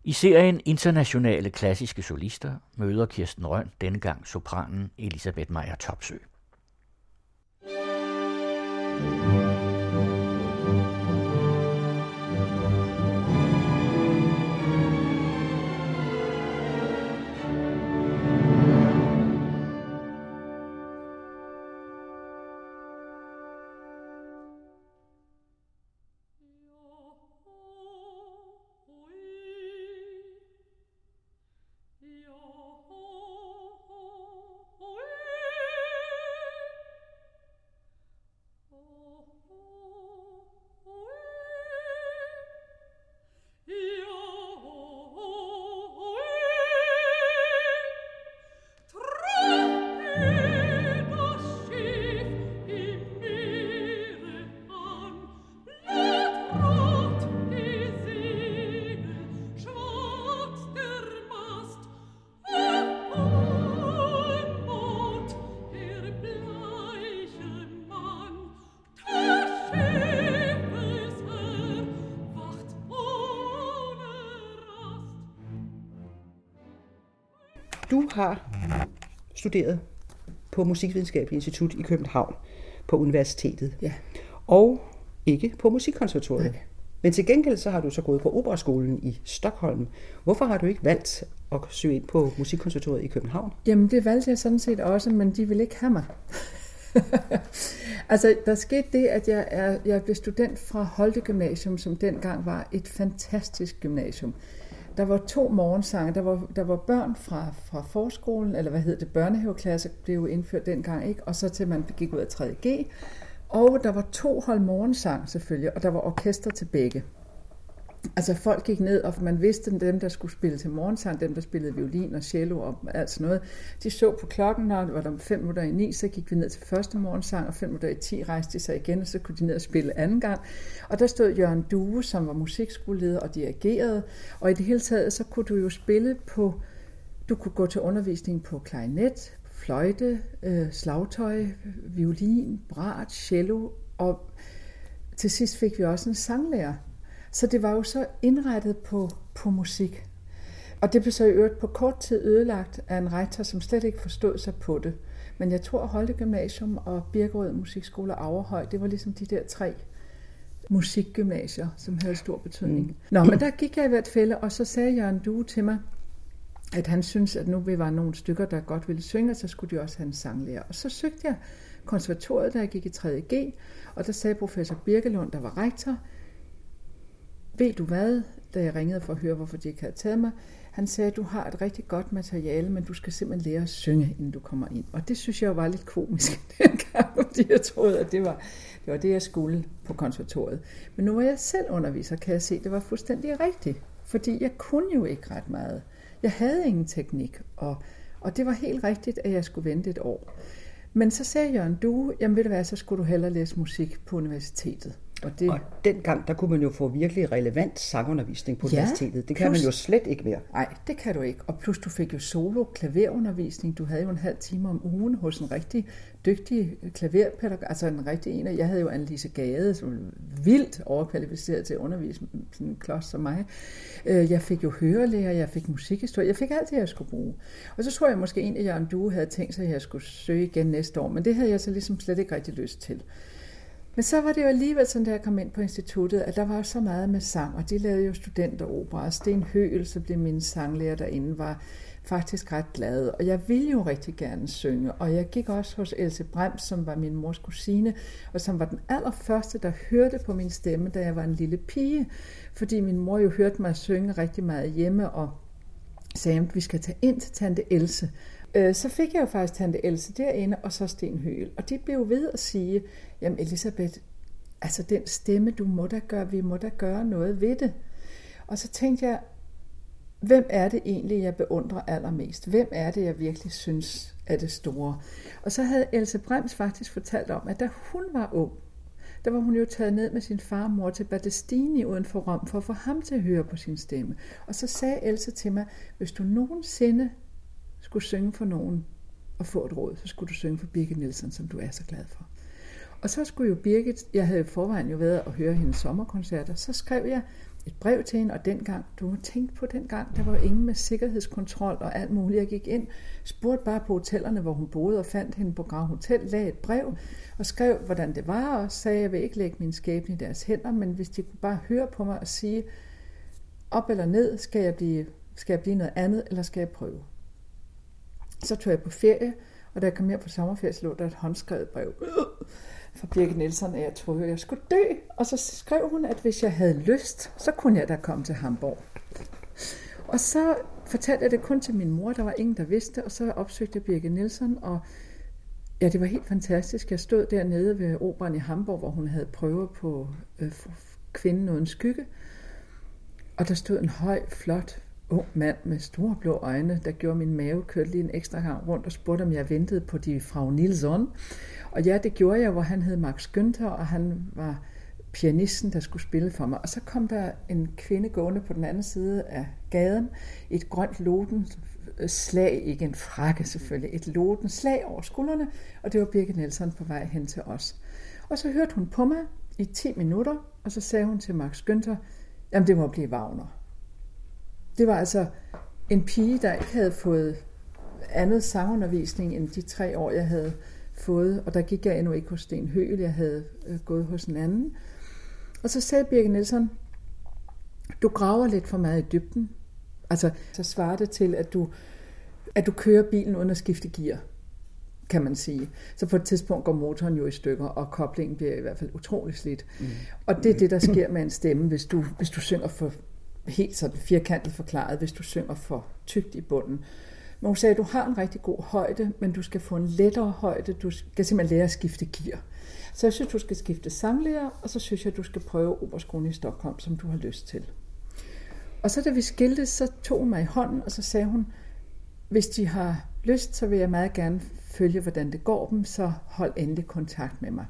I serien Internationale klassiske solister møder Kirsten Rønn denne gang sopranen Elisabeth Meyer Topsøe. Du har studeret på Musikvidenskabelig Institut i København på universitetet. Ja. Og ikke på Musikkonservatoriet. Nej. Men til gengæld så har du så gået på Operaskolen i Stockholm. Hvorfor har du ikke valgt at søge ind på Musikkonservatoriet i København? Jamen det valgte jeg sådan set også, men de ville ikke have mig. Altså der skete det, at jeg blev student fra Holte Gymnasium, som dengang var et fantastisk gymnasium. Der var 2 morgensange. Der var børn fra forskolen, eller hvad hed det, børnehaveklasse, blev jo indført dengang, ikke? Og så til man gik ud af 3.G. Og der var 2 hold morgensang selvfølgelig, og der var orkester til begge. Altså folk gik ned, og man vidste, dem der skulle spille til morgensang, dem der spillede violin og cello og alt sådan noget, de så på klokken, når det var der 5:05, så gik vi ned til første morgensang, og 5:10 rejste de sig igen, og så kunne de ned og spille anden gang. Og der stod Jørgen Due, som var musikskoleleder og dirigerede, og i det hele taget, så kunne du jo spille på, du kunne gå til undervisning på klarinet, fløjte, slagtøj, violin, brat, cello, og til sidst fik vi også en sanglærer. Så det var jo så indrettet på musik. Og det blev så i øvrigt på kort tid ødelagt af en rektor, som slet ikke forstod sig på det. Men jeg tror, Holte Gymnasium og Birkerød Musikskole og Averhøj, det var ligesom de der 3 musikgymnasier, som havde stor betydning. Nå, men der gik jeg i hvert fald, og så sagde Jørgen Due til mig, at han syntes, at nu vi var nogle stykker, der godt ville synge, og så skulle de også have en sanglærer. Og så søgte jeg konservatoriet, da jeg gik i 3.G, og der sagde professor Birkelund, der var rektor, ved du hvad, da jeg ringede for at høre, hvorfor de ikke havde taget mig, han sagde, du har et rigtig godt materiale, men du skal simpelthen lære at synge, inden du kommer ind. Og det synes jeg var lidt komisk dengang, fordi jeg troede, at det var det, jeg skulle på konservatoriet. Men nu var jeg selv underviser, kan jeg se, at det var fuldstændig rigtigt. Fordi jeg kunne jo ikke ret meget. Jeg havde ingen teknik, og det var helt rigtigt, at jeg skulle vente et år. Men så sagde Jørgen Due, jamen ved du hvad, så skulle du hellere læse musik på universitetet. Og dengang, der kunne man jo få virkelig relevant sangundervisning på universitetet. Det kan man jo slet ikke være. Nej, det kan du ikke. Og plus du fik jo solo klaverundervisning. Du havde jo en halv time om ugen hos en rigtig dygtig klaverpædagog. Altså en rigtig en. Jeg havde jo Annelise Gade, som var vildt overkvalificeret til at undervise sådan en klods som mig. Jeg fik jo hørelærer, jeg fik musikhistorie. Jeg fik alt det, jeg skulle bruge. Og så tror jeg måske en af Jørgen Due havde tænkt sig, at jeg skulle søge igen næste år. Men det havde jeg så ligesom slet ikke rigtig lyst til. Men så var det jo alligevel sådan, da jeg kom ind på instituttet, at der var så meget med sang, og de lavede jo studenteropera, og Sten Høgel, så blev min sanglærer derinde, var faktisk ret glad, og jeg ville jo rigtig gerne synge, og jeg gik også hos Else Brems, som var min mors kusine, og som var den allerførste, der hørte på min stemme, da jeg var en lille pige, fordi min mor jo hørte mig synge rigtig meget hjemme, og sagde, at vi skal tage ind til tante Else. Så fik jeg jo faktisk tante Else derinde, og så Sten Høgel. Og de blev ved at sige, jamen Elisabeth, altså den stemme, vi må da gøre noget ved det. Og så tænkte jeg, hvem er det egentlig, jeg beundrer allermest? Hvem er det, jeg virkelig synes er det store? Og så havde Else Brems faktisk fortalt om, at da hun var ung, der var hun jo taget ned med sin far og mor til Battistini uden for Rom, for at få ham til at høre på sin stemme. Og så sagde Else til mig, hvis du nogensinde skulle synge for nogen og få et råd, så skulle du synge for Birgit Nilsson, som du er så glad for. Og så skulle jo Birgit, jeg havde i forvejen jo været at høre hendes sommerkoncerter, så skrev jeg et brev til hende, og dengang, du må tænke på dengang, der var jo ingen med sikkerhedskontrol og alt muligt. Jeg gik ind, spurgte bare på hotellerne, hvor hun boede, og fandt hende på Grand Hotel, lagde et brev og skrev, hvordan det var, og sagde, at jeg vil ikke lægge min skæbne i deres hænder, men hvis de kunne bare høre på mig og sige, op eller ned, skal jeg blive noget andet, eller skal jeg prøve? Så tog jeg på ferie, og da jeg kom hjem på sommerferie, så lå der et håndskrevet brev fra Birgit Nilsson, at jeg troede, at jeg skulle dø. Og så skrev hun, at hvis jeg havde lyst, så kunne jeg da komme til Hamburg. Og så fortalte jeg det kun til min mor, der var ingen, der vidste, og så opsøgte jeg Birgit Nilsson, og ja, det var helt fantastisk. Jeg stod dernede ved operan i Hamburg, hvor hun havde prøver på Kvinden uden skygge, og der stod en høj, flot, ung mand med store blå øjne, der gjorde min mave kørte lige en ekstra gang rundt og spurgte, om jeg ventede på de Frau Nilsson. Og ja, det gjorde jeg, hvor han hed Max Günther, og han var pianisten, der skulle spille for mig. Og så kom der en kvinde gående på den anden side af gaden, et grønt lodenslag, ikke en frakke selvfølgelig, et lodenslag over skuldrene, og det var Birgit Nilsson på vej hen til os. Og så hørte hun på mig i 10 minutter, og så sagde hun til Max Günther, jamen det må blive Wagner. Det var altså en pige, der ikke havde fået andet sangundervisning end de 3 år, jeg havde fået, og der gik jeg endnu ikke hos Sten Høgel, jeg havde gået hos en anden. Og så sagde Birgit Nilsson, du graver lidt for meget i dybden. Altså, så svarer det til, at du kører bilen uden at skifte gear, kan man sige. Så på et tidspunkt går motoren jo i stykker, og koblingen bliver i hvert fald utrolig slidt. Og det er det, der sker med en stemme, hvis du synger for helt sådan firkantet forklaret, hvis du synger for tykt i bunden. Men hun sagde, at du har en rigtig god højde, men du skal få en lettere højde. Du skal simpelthen lære at skifte gear. Så jeg synes, du skal skifte sanglærer, og så synes jeg, du skal prøve Operaskolen i Stockholm, som du har lyst til. Og så da vi skiltes, så tog hun mig i hånden, og så sagde hun, hvis de har lyst, så vil jeg meget gerne følge, hvordan det går dem, så hold endelig kontakt med mig.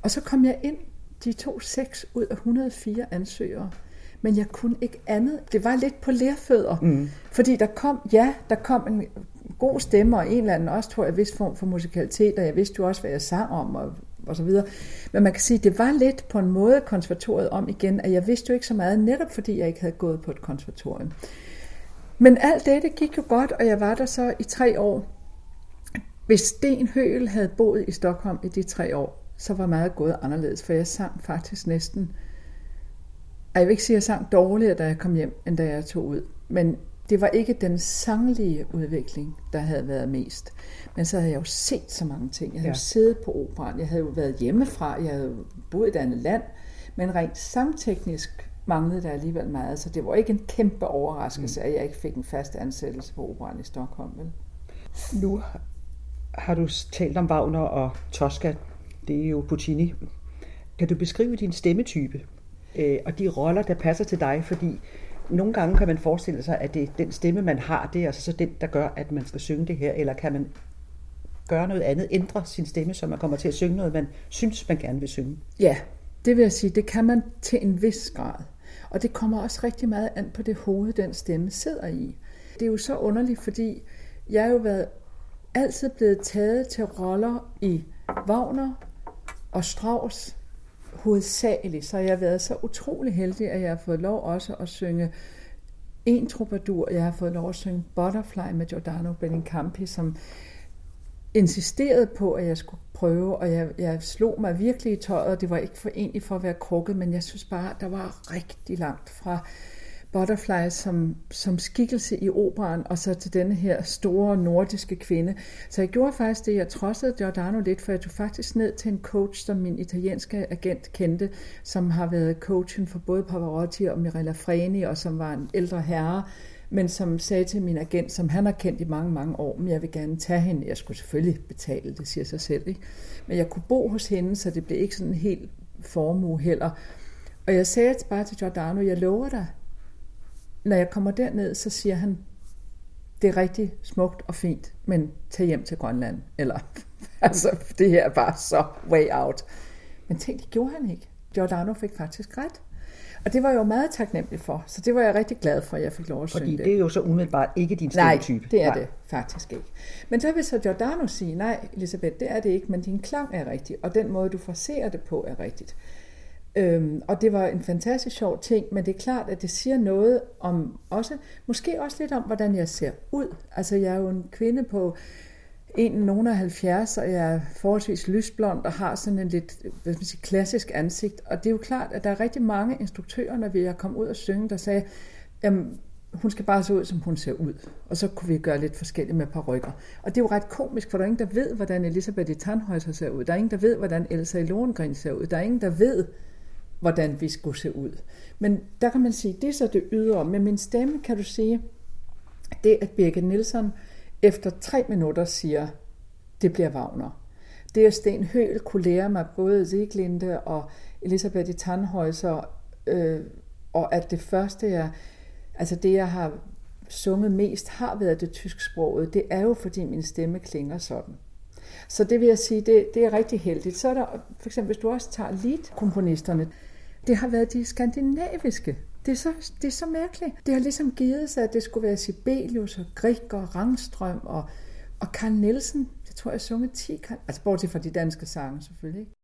Og så kom jeg ind, de tog 6 ud af 104 ansøgere. Men jeg kunne ikke andet. Det var lidt på lerfødder. Fordi der kom en god stemme, og en eller anden også, tror jeg, en vis form for musikalitet, og jeg vidste jo også, hvad jeg sang om, og så videre. Men man kan sige, det var lidt på en måde konservatoriet om igen, at jeg vidste jo ikke så meget, netop fordi jeg ikke havde gået på et konservatorium. Men alt det gik jo godt, og jeg var der så i 3 år. Hvis Sten Høgel havde boet i Stockholm i de 3 år, så var meget gået anderledes, for jeg sang faktisk næsten... Jeg vil ikke sige, at jeg sang dårligere, da jeg kom hjem, end da jeg tog ud. Men det var ikke den sanglige udvikling, der havde været mest. Men så havde jeg jo set så mange ting. Jeg havde jo siddet på operaen, jeg havde jo været hjemmefra, jeg havde boet i et andet land. Men rent sangteknisk manglede der alligevel meget, så det var ikke en kæmpe overraskelse, at jeg ikke fik en fast ansættelse på operaen i Stockholm. Vel? Nu har du talt om Wagner og Tosca, det er jo Puccini. Kan du beskrive din stemmetype og de roller, der passer til dig? Fordi nogle gange kan man forestille sig, at det er den stemme, man har, det er altså så den, der gør, at man skal synge det her, eller kan man gøre noget andet, ændre sin stemme, så man kommer til at synge noget, man synes, man gerne vil synge? Ja, det vil jeg sige, det kan man til en vis grad. Og det kommer også rigtig meget an på det hoved, den stemme sidder i. Det er jo så underligt, fordi jeg har jo altid blevet taget til roller i Wagner og Strauss hovedsageligt, så jeg har været så utrolig heldig, at jeg har fået lov også at synge en troubadour. Jeg har fået lov at synge Butterfly med Giordano Bellincampi, som insisterede på, at jeg skulle prøve, og jeg slog mig virkelig i tøjet, og det var ikke egentlig for at være krukket, men jeg synes bare, der var rigtig langt fra Butterfly som skikkelse i operaen, og så til denne her store nordiske kvinde. Så jeg gjorde faktisk det, jeg trodsede Giordano lidt, for jeg tog faktisk ned til en coach, som min italienske agent kendte, som har været coachen for både Pavarotti og Mirella Freni, og som var en ældre herre, men som sagde til min agent, som han har kendt i mange, mange år, men jeg vil gerne tage hende. Jeg skulle selvfølgelig betale, det siger sig selv, ikke? Men jeg kunne bo hos hende, så det blev ikke sådan en helt formue heller. Og jeg sagde bare til Giordano, jeg lover dig, når jeg kommer derned, så siger han, det er rigtig smukt og fint, men tag hjem til Grønland. Eller, altså, det her er bare så way out. Men tænk, det gjorde han ikke. Giordano fik faktisk ret. Og det var jeg jo meget taknemmelig for, så det var jeg rigtig glad for, at jeg fik lov at synge det. Fordi det er jo så umiddelbart ikke din stemmetype. Nej, det er det faktisk ikke. Men så vil så Giordano sige, nej, Elisabeth, det er det ikke, men din klang er rigtig, og den måde, du fraserer det på, er rigtigt. Og det var en fantastisk sjov ting, men det er klart, at det siger noget om også, måske også lidt om, hvordan jeg ser ud. Altså, jeg er jo en kvinde på nogen af 70, og jeg er forholdsvis lysblond og har sådan en lidt klassisk ansigt. Og det er jo klart, at der er rigtig mange instruktører, når vi er kommet ud og synge, der sagde, jamen, hun skal bare se ud, som hun ser ud. Og så kunne vi gøre lidt forskelligt med parykker. Og det er jo ret komisk, for der er ingen, der ved, hvordan Elisabeth Tannhäuser ser ud. Der er ingen, der ved, hvordan Elsa Lohengrin ser ud. Der er ingen, der ved, hvordan vi skulle se ud. Men der kan man sige, det er så det ydre. Med min stemme kan du sige, det at Birgit Nilsson efter 3 minutter siger, det bliver Wagner. Det at Sten Høgel kunne lære mig både Sieglinde og Elisabeth Tannhäuser, og at det første, det jeg har sunget mest, har været det tysksprogede, det er jo fordi min stemme klinger sådan. Så det vil jeg sige, det er rigtig heldigt. Så er der, for eksempel, hvis du også tager lead-komponisterne, det har været de skandinaviske. Det er så mærkeligt. Det har ligesom givet sig, at det skulle være Sibelius og Grieg og Rangstrøm og Carl Nielsen. Det tror jeg sunget 10 gange. Altså bortset fra de danske sange selvfølgelig, ikke?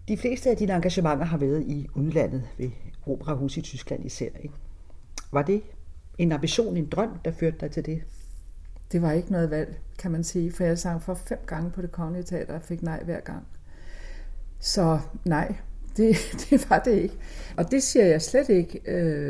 De fleste af dine engagementer har været i udlandet, ved Operahus i Tyskland især, ikke? Var det en ambition, en drøm, der førte dig til det? Det var ikke noget valg, kan man sige, for jeg sang for 5 gange på Det Kongelige Teater og fik nej hver gang. Så nej, det var det ikke. Og det siger jeg slet ikke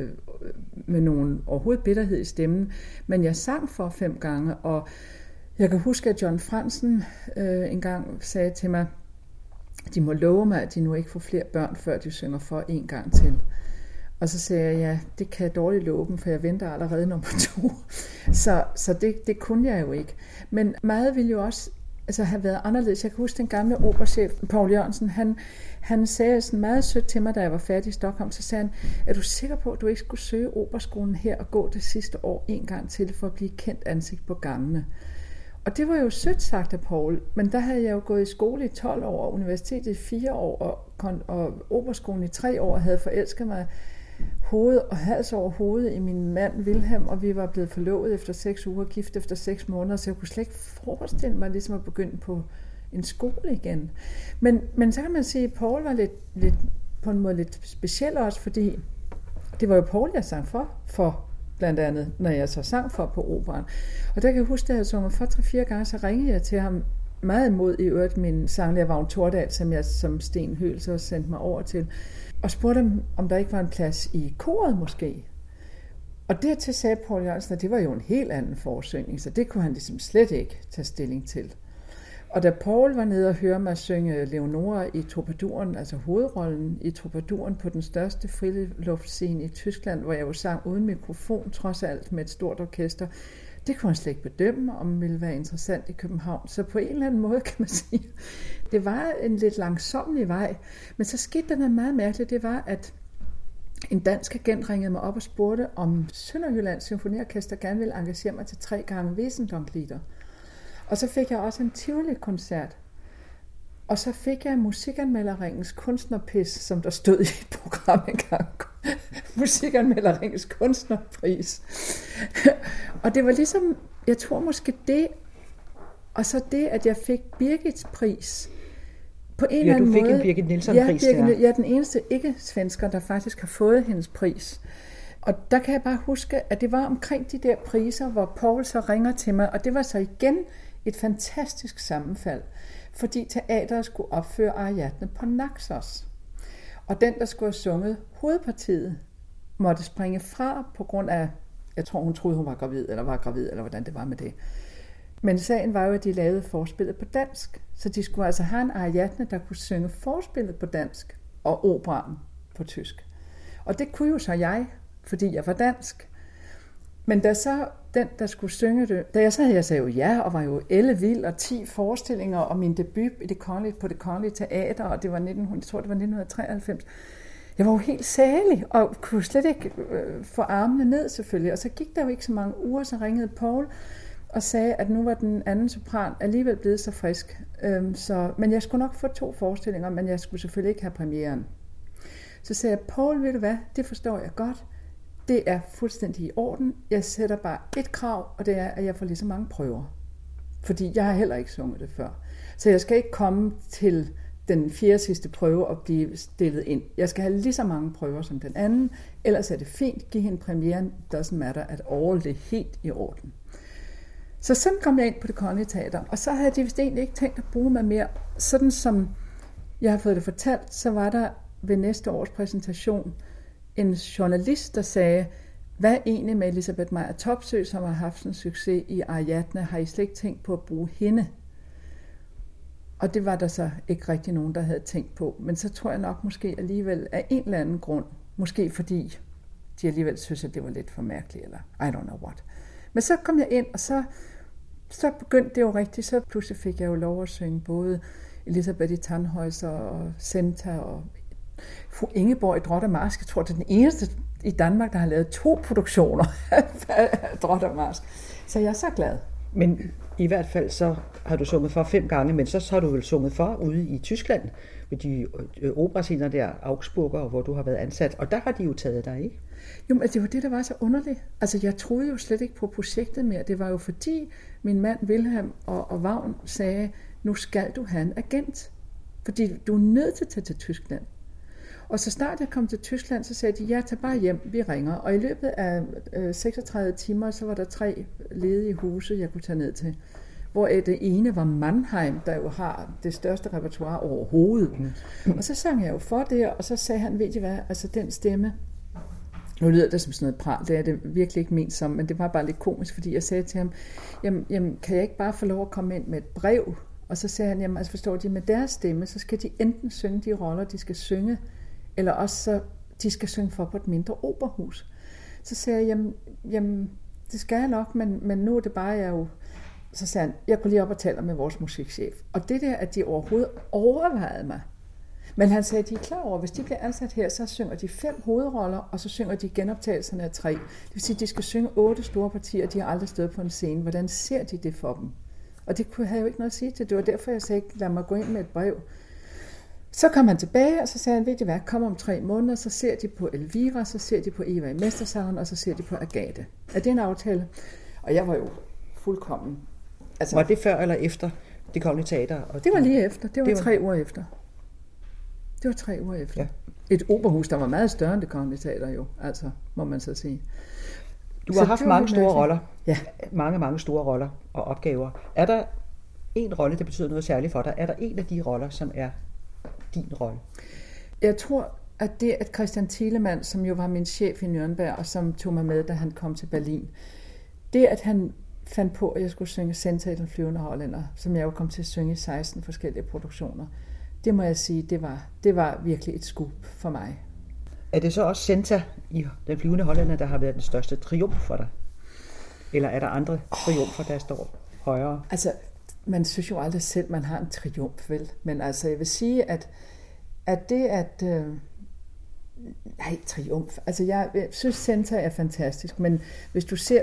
med nogen overhovedet bitterhed i stemmen, men jeg sang for 5 gange, og jeg kan huske, at John Franzen engang sagde til mig, de må love mig, at de nu ikke får flere børn, før de synger for 1 gang til. Og så sagde jeg, ja, det kan jeg dårligt love dem, for jeg venter allerede nummer 2. Så det kunne jeg jo ikke. Men meget ville jo også have været anderledes. Jeg kan huske den gamle operachef, Poul Jørgensen, han sagde sådan meget sødt til mig, da jeg var færdig i Stockholm, så sagde han, er du sikker på, at du ikke skulle søge operaskolen her og gå det sidste år 1 gang til, for at blive kendt ansigt på gangene? Og det var jo sødt sagt af Poul, men der havde jeg jo gået i skole i 12 år, og universitetet i 4 år, og operaskolen i 3 år, og havde forelsket mig hoved og hals over hovedet i min mand Wilhelm, og vi var blevet forlovet efter 6 uger, gift efter 6 måneder, så jeg kunne slet ikke forestille mig ligesom at begynde på en skole igen. Men så kan man sige, at Poul var lidt på en måde lidt speciel også, fordi det var jo Poul, jeg sang for blandt andet, når jeg så sang for på operaen. Og der kan jeg huske, at jeg havde sunget for 3-4 gange, så ringede jeg til ham meget imod i øvrigt min sanglærer Vagn Tordal, som jeg som Sten Høel så sendte mig over til, og spurgte dem, om der ikke var en plads i koret måske. Og dertil sagde Poul Jørgensen, at det var jo en helt anden forsøgning, så det kunne han ligesom slet ikke tage stilling til. Og da Poul var nede og høre mig synge Leonora i Troubadouren, altså hovedrollen i Troubadouren på den største friluftscene i Tyskland, hvor jeg jo sang uden mikrofon, trods alt med et stort orkester, det kunne han slet ikke bedømme, om det ville være interessant i København. Så på en eller anden måde kan man sige, det var en lidt langsomlig vej. Men så skete der noget meget mærkeligt, det var, at en dansk agent ringede mig op og spurgte, om Sønderjyllands Symfoniorkester gerne ville engagere mig til 3 gange Wesendonck-lieder. Og så fik jeg også en Tivoli-koncert. Og så fik jeg Musikanmelderringens kunstnerpris, som der stod i et program engang. Musikanmelderringens kunstnerpris. Og det var ligesom, jeg tror måske det, og så det, at jeg fik Birgits pris. På en eller anden måde. Ja, du fik en Birgit Nilsson-pris der. Jeg er den eneste ikke-svensker, der faktisk har fået hendes pris. Og der kan jeg bare huske, at det var omkring de der priser, hvor Poul så ringer til mig, og det var så igen et fantastisk sammenfald, fordi teateret skulle opføre Ariadne på Naxos. Og den, der skulle have sunget hovedpartiet, måtte springe fra på grund af, jeg tror hun troede hun var gravid, eller hvordan det var med det. Men sagen var jo, at de lavede forspillet på dansk, så de skulle altså have en Ariadne, der kunne synge forspillet på dansk og operaen på tysk. Og det kunne jo så jeg, fordi jeg var dansk. Men da så den, der skulle synge det, da jeg så havde jeg sagt jo ja, og var jo ellevild, og 10 forestillinger, og min debut på det Kongelige Teater, og det var 1993. Jeg var jo helt salig, og kunne slet ikke få armene ned selvfølgelig. Og så gik der jo ikke så mange uger, så ringede Poul og sagde, at nu var den anden sopran alligevel blevet så frisk. Men jeg skulle nok få 2 forestillinger, men jeg skulle selvfølgelig ikke have premieren. Så sagde jeg, Poul, ved du hvad, det forstår jeg godt. Det er fuldstændig i orden. Jeg sætter bare et krav, og det er, at jeg får lige så mange prøver. Fordi jeg har heller ikke sunget det før. Så jeg skal ikke komme til den 4. sidste prøve og blive stillet ind. Jeg skal have lige så mange prøver som den anden, ellers er det fint. Giv hende premieren, doesn't matter at all, det er helt i orden. Så sådan kom jeg ind på Det Kongelige Teater, og så havde de vist egentlig ikke tænkt at bruge mig mere. Sådan som jeg har fået det fortalt, så var der ved næste års præsentation en journalist, der sagde, hvad egentlig med Elisabeth Meyer Topsøe, som har haft en succes i Ariadne, har I slet ikke tænkt på at bruge hende? Og det var der så ikke rigtig nogen, der havde tænkt på. Men så tror jeg nok måske alligevel af en eller anden grund, måske fordi de alligevel synes, at det var lidt for mærkeligt, eller I don't know what. Men så kom jeg ind, og så begyndte det jo rigtigt. Så pludselig fik jeg jo lov at synge både Elisabeth i Tannhäuser og Senta og fru Ingeborg i Drot og Marsk. Jeg tror, det er den eneste i Danmark, der har lavet 2 produktioner af Drot og Marsk. Så jeg er så glad. Men i hvert fald så har du sunget for 5 gange, men så har du vel sunget for ude i Tyskland ved de operascener der, Augsburger, hvor du har været ansat. Og der har de jo taget dig, ikke? Jo, men det var det, der var så underligt. Altså, jeg troede jo slet ikke på projektet mere. Det var jo fordi min mand Wilhelm og Vagn sagde, nu skal du have en agent. Fordi du er nødt til at tage til Tyskland. Og så snart jeg kom til Tyskland, så sagde de, ja, tag bare hjem, vi ringer. Og i løbet af 36 timer, så var der 3 ledige huse, jeg kunne tage ned til. Hvor det ene var Mannheim, der jo har det største repertoire overhovedet. Og så sang jeg jo for det, og så sagde han, ved I hvad, altså den stemme, nu lyder det som sådan noget pral, det er det virkelig ikke ment som, men det var bare lidt komisk, fordi jeg sagde til ham, jamen kan jeg ikke bare få lov at komme ind med et brev? Og så sagde han, jamen altså forstår de, med deres stemme, så skal de enten synge de roller, de skal synge, eller også så de skal synge for på et mindre operahus. Så sagde jeg, jamen det skal jeg nok, men nu er det bare, jeg jo... Så sagde han, jeg går lige op og taler med vores musikchef. Og det der, at de overhovedet overvejede mig. Men han sagde, at de er klar over, hvis de bliver ansat her, så synger de 5 hovedroller, og så synger de genoptagelserne af 3. Det vil sige, at de skal synge 8 store partier, de har aldrig stået på en scene. Hvordan ser de det for dem? Og det kunne jeg jo ikke noget at sige til. Det var derfor, jeg sagde, lad mig gå ind med et brev. Så kom han tilbage, og så sagde han, ved du hvad, kom om 3 måneder, så ser de på Elvira, så ser de på Eva i Mestersalen, og så ser de på Agathe. Er det en aftale? Og jeg var jo fuldkommen. Altså, var det før eller efter Det Kongelige Teater? Det var lige efter. Det var 3 uger efter. Det var 3 uger efter. Ja. Et operahus, der var meget større end Det Kongelige Teater jo, altså, må man så sige. Du har haft mange store roller. Ja. Mange store roller og opgaver. Er der en rolle, der betyder noget særligt for dig? Er der en af de roller, som er din rolle? Jeg tror, at det, at Christian Thielemann, som jo var min chef i Nürnberg, og som tog mig med, da han kom til Berlin, det, at han fandt på, at jeg skulle synge Senta i Den flyvende hollænder, som jeg jo kom til at synge i 16 forskellige produktioner. Det må jeg sige, det var virkelig et scoop for mig. Er det så også Senta i Den flyvende hollænder, der har været den største triumf for dig? Eller er der andre triumfer, der står højere? Altså, man synes jo aldrig selv, man har en triumf, vel? Men altså, jeg vil sige, at det at... nej, triumf. Altså, jeg synes, Senta er fantastisk, men hvis du ser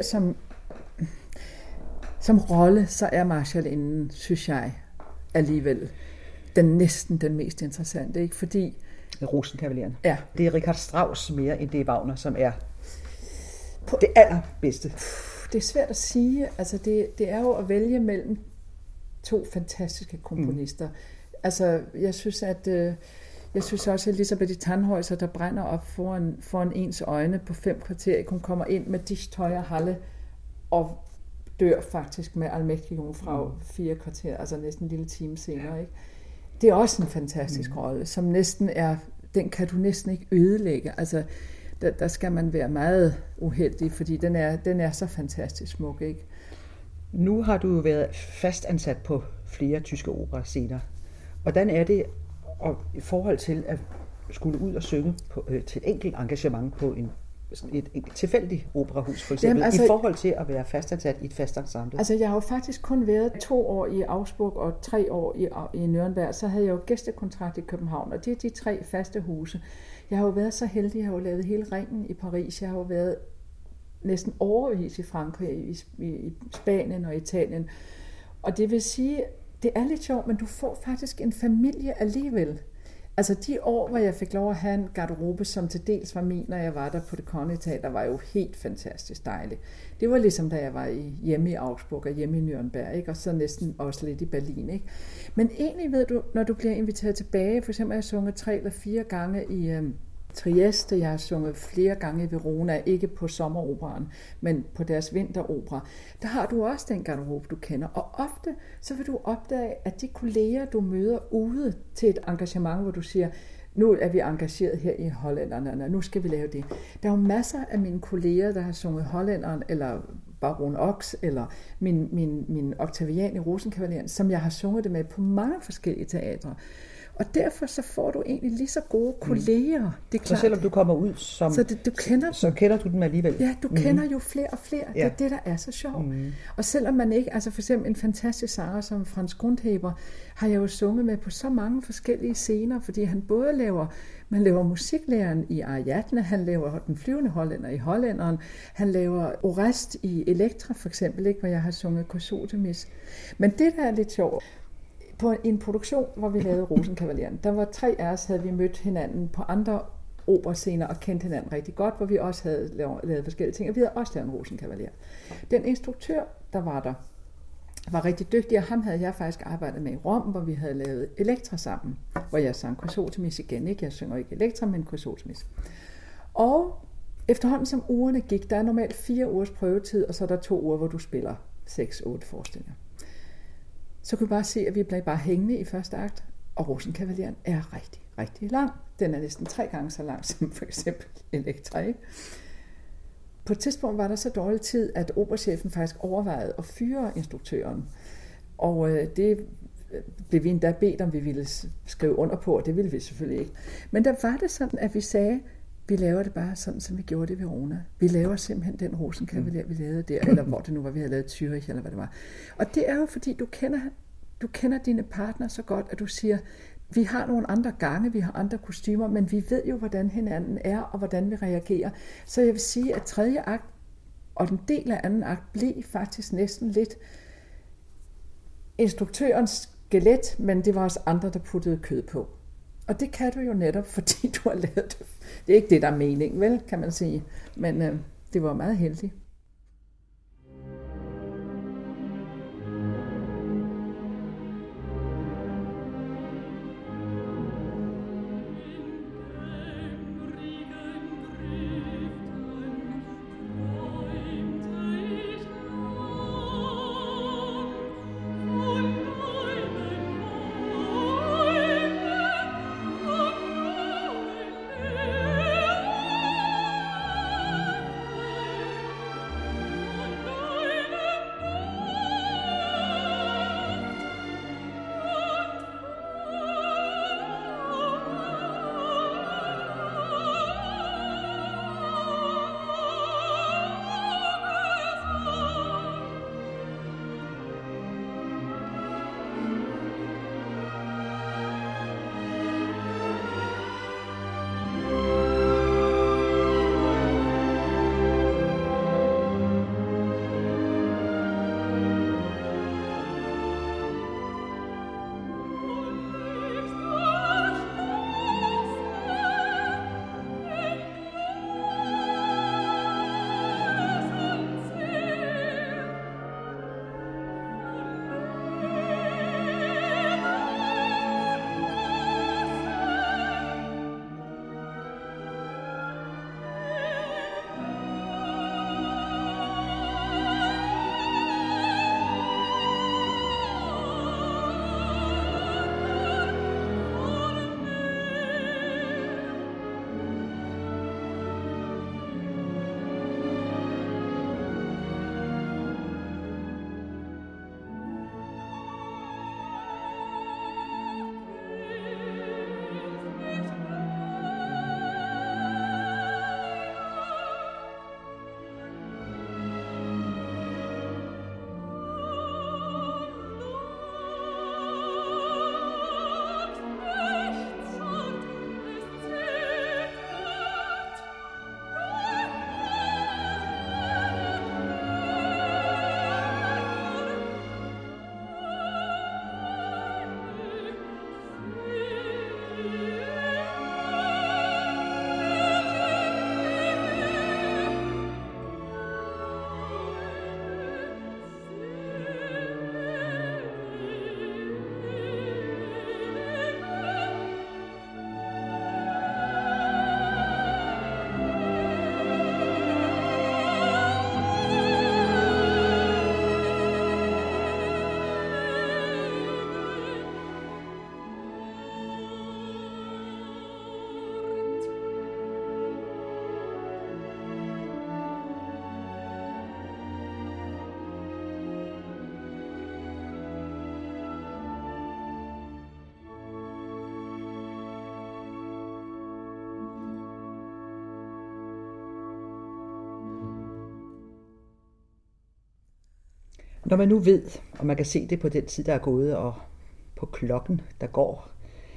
som rolle, så er Marschallinden, synes jeg, alligevel næsten den mest interessante, ikke? Fordi... Rosenkavalieren. Ja. Det er Richard Strauss mere, end det er Wagner, som er det allerbedste. Det er svært at sige. Altså, det er jo at vælge mellem 2 fantastiske komponister. Altså, jeg synes også, at Elisabeth Tannhäuser, der brænder op foran ens øjne på 5 kvarter, hun kommer ind med Dicht Teuer Halle og dør faktisk med Allmächtige Jungfrau 4 kvarter, altså næsten en lille time senere, ikke? Det er også en fantastisk rolle, som næsten er, den kan du næsten ikke ødelægge. Altså, der skal man være meget uheldig, fordi den er så fantastisk smuk, ikke? Nu har du været fastansat på flere tyske operascener. Hvordan er det i forhold til at skulle ud og synge til et enkelt engagement på et tilfældigt operahus, for eksempel, jamen, altså, i forhold til at være fastansat i et fast ensemble? Altså, jeg har jo faktisk kun været 2 år i Augsburg og 3 år i Nürnberg, så havde jeg jo gæstekontrakt i København, og det er de 3 faste huse. Jeg har jo været så heldig, jeg har jo lavet hele ringen i Paris, jeg har jo været næsten overvis i Frankrig, i Spanien og Italien, og det vil sige, det er lidt sjovt, men du får faktisk en familie alligevel. Altså de år, hvor jeg fik lov at have en garderobe, som til dels var min, når jeg var der på Det Kongelige Teater, var jo helt fantastisk dejligt. Det var ligesom, da jeg var hjemme i Augsburg og hjemme i Nürnberg, ikke? Og så næsten også lidt i Berlin, ikke? Men egentlig ved du, når du bliver inviteret tilbage, for eksempel har jeg sunget 3 eller 4 gange i Trieste, jeg har sunget flere gange i Verona, ikke på sommeroperaen, men på deres vinteropera, der har du også den garderobe, du kender. Og ofte så vil du opdage, at de kolleger, du møder ude til et engagement, hvor du siger, nu er vi engageret her i Hollænderne, nu skal vi lave det. Der er jo masser af mine kolleger, der har sunget Hollænderen, eller Baron Ox, eller min Octavian i Rosenkavalieren, som jeg har sunget det med på mange forskellige teatre. Og derfor så får du egentlig lige så gode kolleger. Det er klart. Så selvom du kommer ud som... Så kender du dem alligevel. Ja, du kender jo flere og flere. Ja. Det er det, der er så sjovt. Og selvom man ikke... Altså for eksempel en fantastisk sanger som Franz Grundheber, har jeg jo sunget med på så mange forskellige scener, fordi han både man laver musiklæreren i Ariadne, han laver Den flyvende hollænder i Hollænderen, han laver Orest i Elektra for eksempel, ikke, hvor jeg har sunget Chrysothemis. Men det, der er lidt sjovt, på en produktion, hvor vi lavede Rosenkavalieren, der var 3 af os, havde vi mødt hinanden på andre operascener og kendt hinanden rigtig godt, hvor vi også havde lavet forskellige ting, og vi havde også lavet en Rosenkavalier. Den instruktør, der var der, var rigtig dygtig, og ham havde jeg faktisk arbejdet med i Rom, hvor vi havde lavet Elektra sammen, hvor jeg sang Chrysotemis igen, ikke? Jeg synger ikke Elektra, men Chrysotemis. Og efterhånden som ugerne gik, der er normalt 4 ugers prøvetid, og så er der 2 uger, hvor du spiller 6-8 forestillinger. Så kunne vi bare se, at vi blev bare hængende i første akt, og Rosenkavaleren er rigtig, rigtig lang. Den er næsten 3 gange så lang som for eksempel Elektra, ikke? På et tidspunkt var der så dårlig tid, at operachefen faktisk overvejede at fyre instruktøren. Og det blev vi endda bedt, om vi ville skrive under på, og det ville vi selvfølgelig ikke. Men der var det sådan, at vi sagde, vi laver det bare sådan, som vi gjorde det ved Verona. Vi laver simpelthen den Rosenkavaler, vi lavede der, eller hvor det nu var, vi havde lavet Zürich, eller hvad det var. Og det er jo fordi, du kender dine partner så godt, at du siger, vi har nogle andre gange, vi har andre kostymer, men vi ved jo, hvordan hinanden er, og hvordan vi reagerer. Så jeg vil sige, at 3. akt og den del af 2. akt blev faktisk næsten lidt instruktørens skelet, men det var også andre, der puttede kød på. Og det kan du jo netop, fordi du har lavet det. Det er ikke det, der er meningen, vel, kan man sige. Men det var meget heldigt. Når man nu ved, og man kan se det på den tid, der er gået, og på klokken, der går,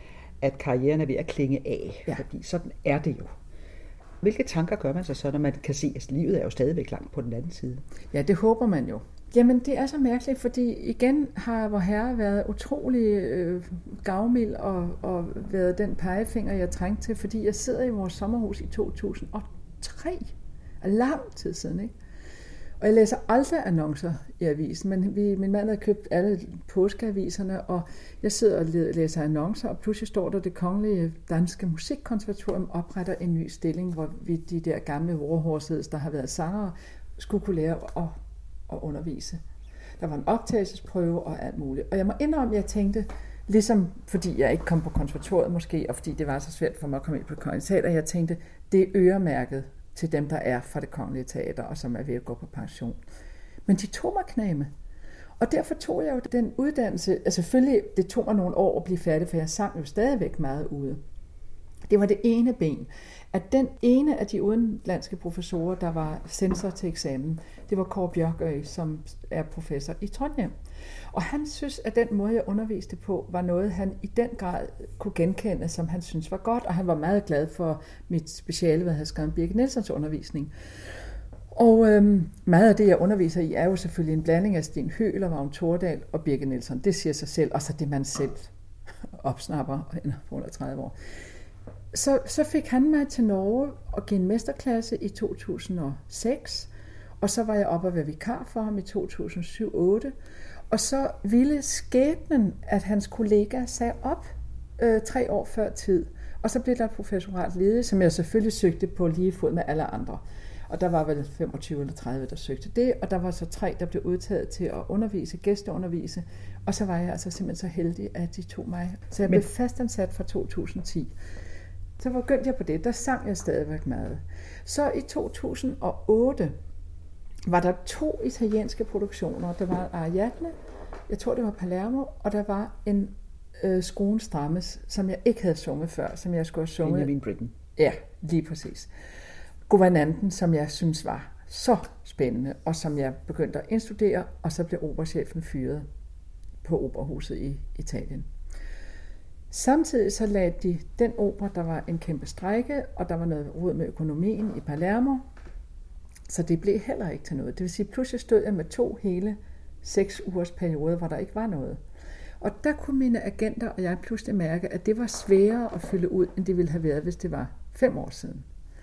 at karrieren er ved at klinge af, fordi sådan er det jo. Hvilke tanker gør man sig så, når man kan se, at livet er jo stadigvæk langt på den anden side? Ja, det håber man jo. Jamen, det er så mærkeligt, fordi igen har vor herre været utrolig gavmild og været den pegefinger, jeg trængte til, fordi jeg sidder i vores sommerhus i 2003, og lang tid siden, ikke? Og jeg læser aldrig annoncer i avisen, men min mand havde købt alle påskeaviserne, og jeg sidder og læser annoncer, og pludselig står der, Det Kongelige Danske Musikkonservatorium opretter en ny stilling, hvor vi de der gamle warhorses, der har været sangere, skulle kunne lære at undervise. Der var en optagelsesprøve og alt muligt. Og jeg må indrømme, at jeg tænkte, ligesom fordi jeg ikke kom på konservatoriet måske, og fordi det var så svært for mig at komme ind på Det Kongelige Teater, jeg tænkte, det er øremærket til dem, der er fra Det Kongelige Teater, og som er ved at gå på pension. Men de tog mig knæme. Og derfor tog jeg jo den uddannelse, altså selvfølgelig, det tog mig nogle år at blive færdig, for jeg sang jo stadigvæk meget ude. Det var det ene ben. At den ene af de udenlandske professorer, der var censor til eksamen, det var Kåre Bjørkøy, som er professor i Trondheim. Og han synes, at den måde, jeg underviste på, var noget, han i den grad kunne genkende, som han synes var godt. Og han var meget glad for mit speciale, hvad jeg havde skrevet om Birgit Nelsons undervisning. Og meget af det, jeg underviser i, er jo selvfølgelig en blanding af Sten Høler, Vagn Thordal og Birgit Nelsson. Det siger sig selv, og så det, man selv opsnapper under 30 år. Så fik han mig til Norge og give en mesterklasse i 2006, og så var jeg oppe og være vikar for ham i 2007-2008, og så ville skæbnen, at hans kollega sagde op 3 år før tid, og så blev der et professorat ledigt, som jeg selvfølgelig søgte på lige fod med alle andre. Og der var vel 25 eller 30, der søgte det, og der var så 3, der blev udtaget til at undervise, gæsteundervise, og så var jeg altså simpelthen så heldig, at de tog mig. Så jeg blev fastansat fra 2010. Så begyndte jeg på det, der sang jeg stadigvæk meget. Så i 2008 var der 2 italienske produktioner. Der var Ariadne, jeg tror det var Palermo, og der var en Skruen Strammes, som jeg ikke havde sunget før, som jeg skulle have sunget. Benjamin Britten. Ja, lige præcis. Guvernanten, som jeg synes var så spændende, og som jeg begyndte at indstudere, og så blev operachefen fyret på Operahuset i Italien. Samtidig så lagde de den opera, der var en kæmpe strejke, og der var noget rod med økonomien i Palermo, så det blev heller ikke til noget. Det vil sige, pludselig stod jeg med 2 hele 6 ugers perioder, hvor der ikke var noget. Og der kunne mine agenter og jeg pludselig mærke, at det var sværere at fylde ud, end det ville have været, hvis det var 5 år siden.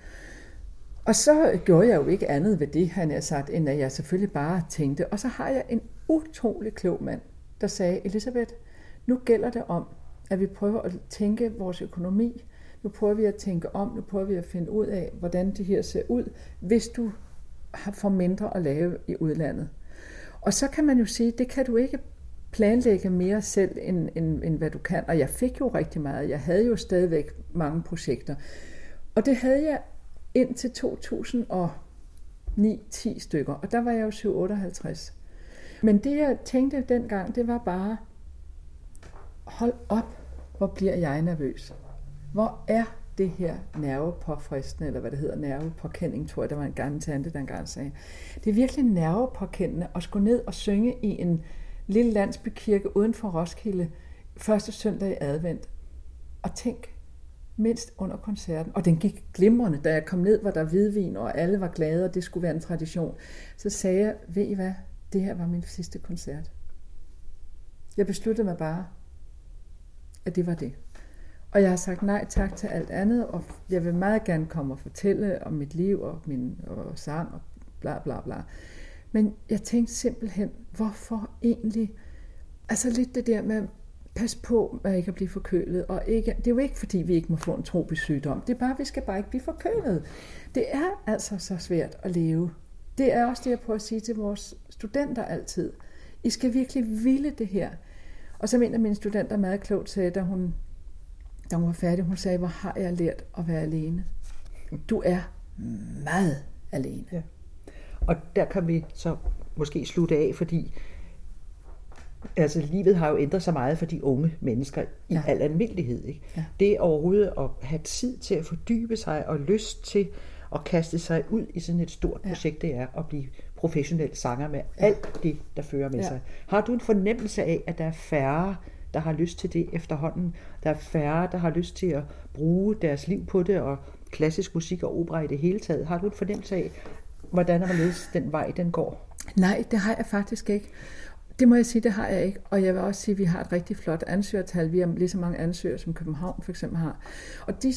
Og så gjorde jeg jo ikke andet ved det, han havde sagt, end at jeg selvfølgelig bare tænkte. Og så har jeg en utrolig klog mand, der sagde, Elisabeth, nu gælder det om, at vi prøver at tænke vores økonomi. Nu prøver vi at tænke om, nu prøver vi at finde ud af, hvordan det her ser ud, hvis du får mindre at lave i udlandet. Og så kan man jo sige, det kan du ikke planlægge mere selv, end hvad du kan. Og jeg fik jo rigtig meget. Jeg havde jo stadigvæk mange projekter. Og det havde jeg indtil 2009-10 stykker. Og der var jeg jo 57. Men det jeg tænkte dengang, det var bare, hold op, hvor bliver jeg nervøs. Hvor er det her nervepåfristende, eller hvad det hedder, nervepåkending, tror jeg, der var en gammel tante, der engang sagde. Det er virkelig nervepåkendende at gå ned og synge i en lille landsbykirke uden for Roskilde, første søndag i advent. Og tænk, mindst under koncerten, og den gik glimrende, da jeg kom ned, var der hvidvin, og alle var glade, og det skulle være en tradition. Så sagde jeg, ved I hvad, det her var min sidste koncert. Jeg besluttede mig bare, at det var det. Og jeg har sagt nej tak til alt andet, og jeg vil meget gerne komme og fortælle om mit liv og min sang og bla bla bla. Men jeg tænkte simpelthen, hvorfor egentlig? Altså lidt det der med, pas på med ikke at blive forkølet. Og ikke, det er jo ikke fordi, vi ikke må få en tropisk sygdom. Det er bare, vi skal bare ikke blive forkølet. Det er altså så svært at leve. Det er også det, jeg prøver at sige til vores studenter altid. I skal virkelig ville det her. Og så en af mine studenter meget klogt sagde, da hun var færdig, hun sagde, hvor har jeg lært at være alene? Du er meget alene. Ja. Og der kan vi så måske slutte af, fordi altså, livet har jo ændret sig meget for de unge mennesker i al almindelighed. Ikke? Ja. Det overhovedet at have tid til at fordybe sig og lyst til at kaste sig ud i sådan et stort projekt, det er at blive professionel sanger med alt det, der fører med sig. Har du en fornemmelse af, at der er færre, der har lyst til det efterhånden? Der er færre, der har lyst til at bruge deres liv på det, og klassisk musik og opera i det hele taget. Har du en fornemmelse af, hvordan er det den vej, den går? Nej, det har jeg faktisk ikke. Det må jeg sige, det har jeg ikke. Og jeg vil også sige, at vi har et rigtig flot ansøgertal. Vi har lige så mange ansøgere, som København for eksempel har. Og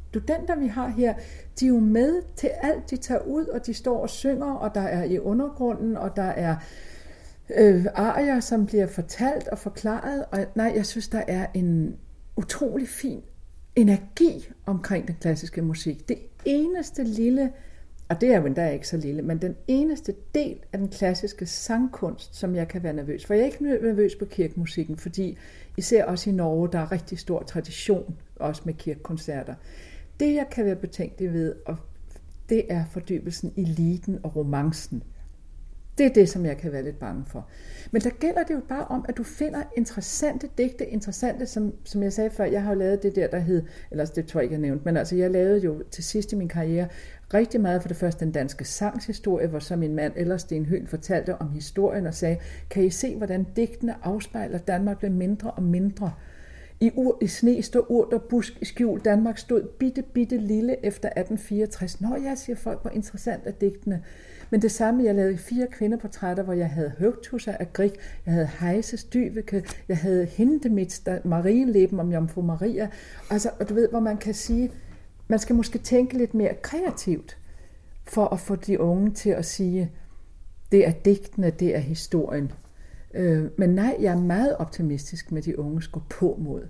studenter, vi har her, de er jo med til alt. De tager ud, og de står og synger, og der er i undergrunden, og der er arier, som bliver fortalt og forklaret. Og nej, jeg synes, der er en utrolig fin energi omkring den klassiske musik. Det eneste lille, og det er jo endda ikke så lille, men den eneste del af den klassiske sangkunst, som jeg kan være nervøs for. Jeg er ikke nervøs på kirkemusikken, fordi især også i Norge, der er rigtig stor tradition, også med kirkekoncerter. Det, jeg kan være betænkelig ved, og det er fordybelsen i lieden og romancen. Det er det, som jeg kan være lidt bange for. Men der gælder det jo bare om, at du finder interessante digte, som jeg sagde før, jeg har jo lavet det der hed, eller det tror jeg ikke, jeg nævnt, men altså jeg lavede jo til sidst i min karriere rigtig meget for det første den danske sangshistorie, hvor så min mand Ellers Sten Høen fortalte om historien og sagde, kan I se, hvordan digtene afspejler, Danmark blev mindre og mindre. I sne stod urt og busk i skjul. Danmark stod bitte lille efter 1864. Nå, jeg siger folk, hvor interessant er digtene. Men det samme, jeg lavede 4 kvindeportrætter, hvor jeg havde Høgtusser af Grieg, jeg havde Heises Dyveke, jeg havde Hindemiths Marienleben om Jomfru Maria. Altså, og du ved, hvor man kan sige, man skal måske tænke lidt mere kreativt, for at få de unge til at sige, det er digtene, det er historien. Men nej, jeg er meget optimistisk med de unge går på mod.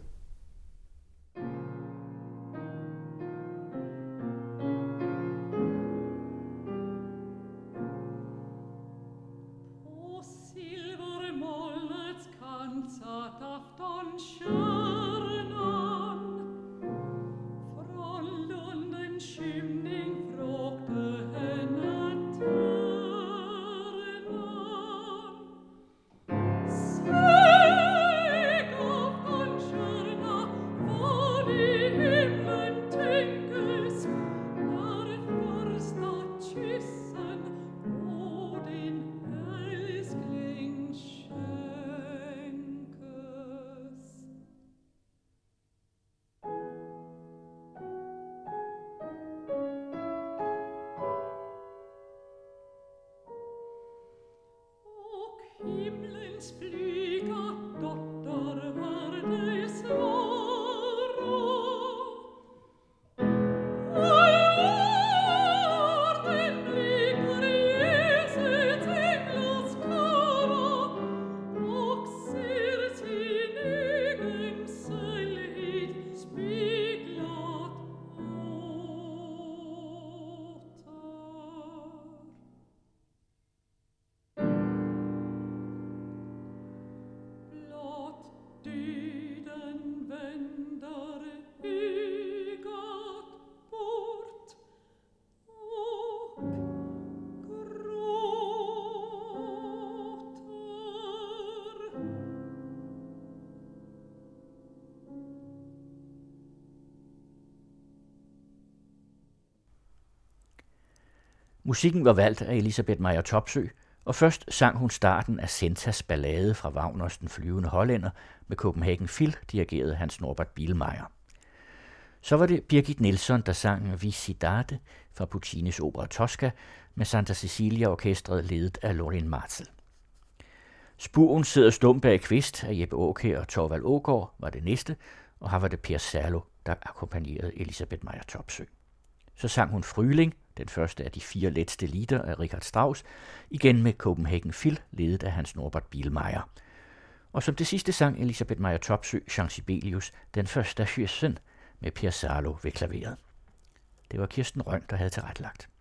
Musikken var valgt af Elisabeth Meyer Topsøe, og først sang hun starten af Sentas ballade fra Wagners Den flyvende hollænder med Copenhagen Phil, dirigeret Hans Norbert Biilmeier. Så var det Birgit Nilsson, der sang Visitate fra Puccinis opera Tosca med Santa Cecilia Orkestret ledet af Lorin Maazel. Spuren sidder stum bag kvist af Jeppe Aakjær og Thorvald Aagaard var det næste, og her var det Per Serlo, der akkompagnerede Elisabeth Meyer Topsøe. Så sang hun Fryling, den første af de 4 letzte lieder af Richard Strauss, igen med Copenhagen Phil, ledet af Hans Norbert Biilmeier. Og som det sidste sang Elisabeth Meyer Topsøe Jean Sibelius, Den første Hyacin, med Per Serlo ved klaveret. Det var Kirsten Rønn, der havde tilrettelagt.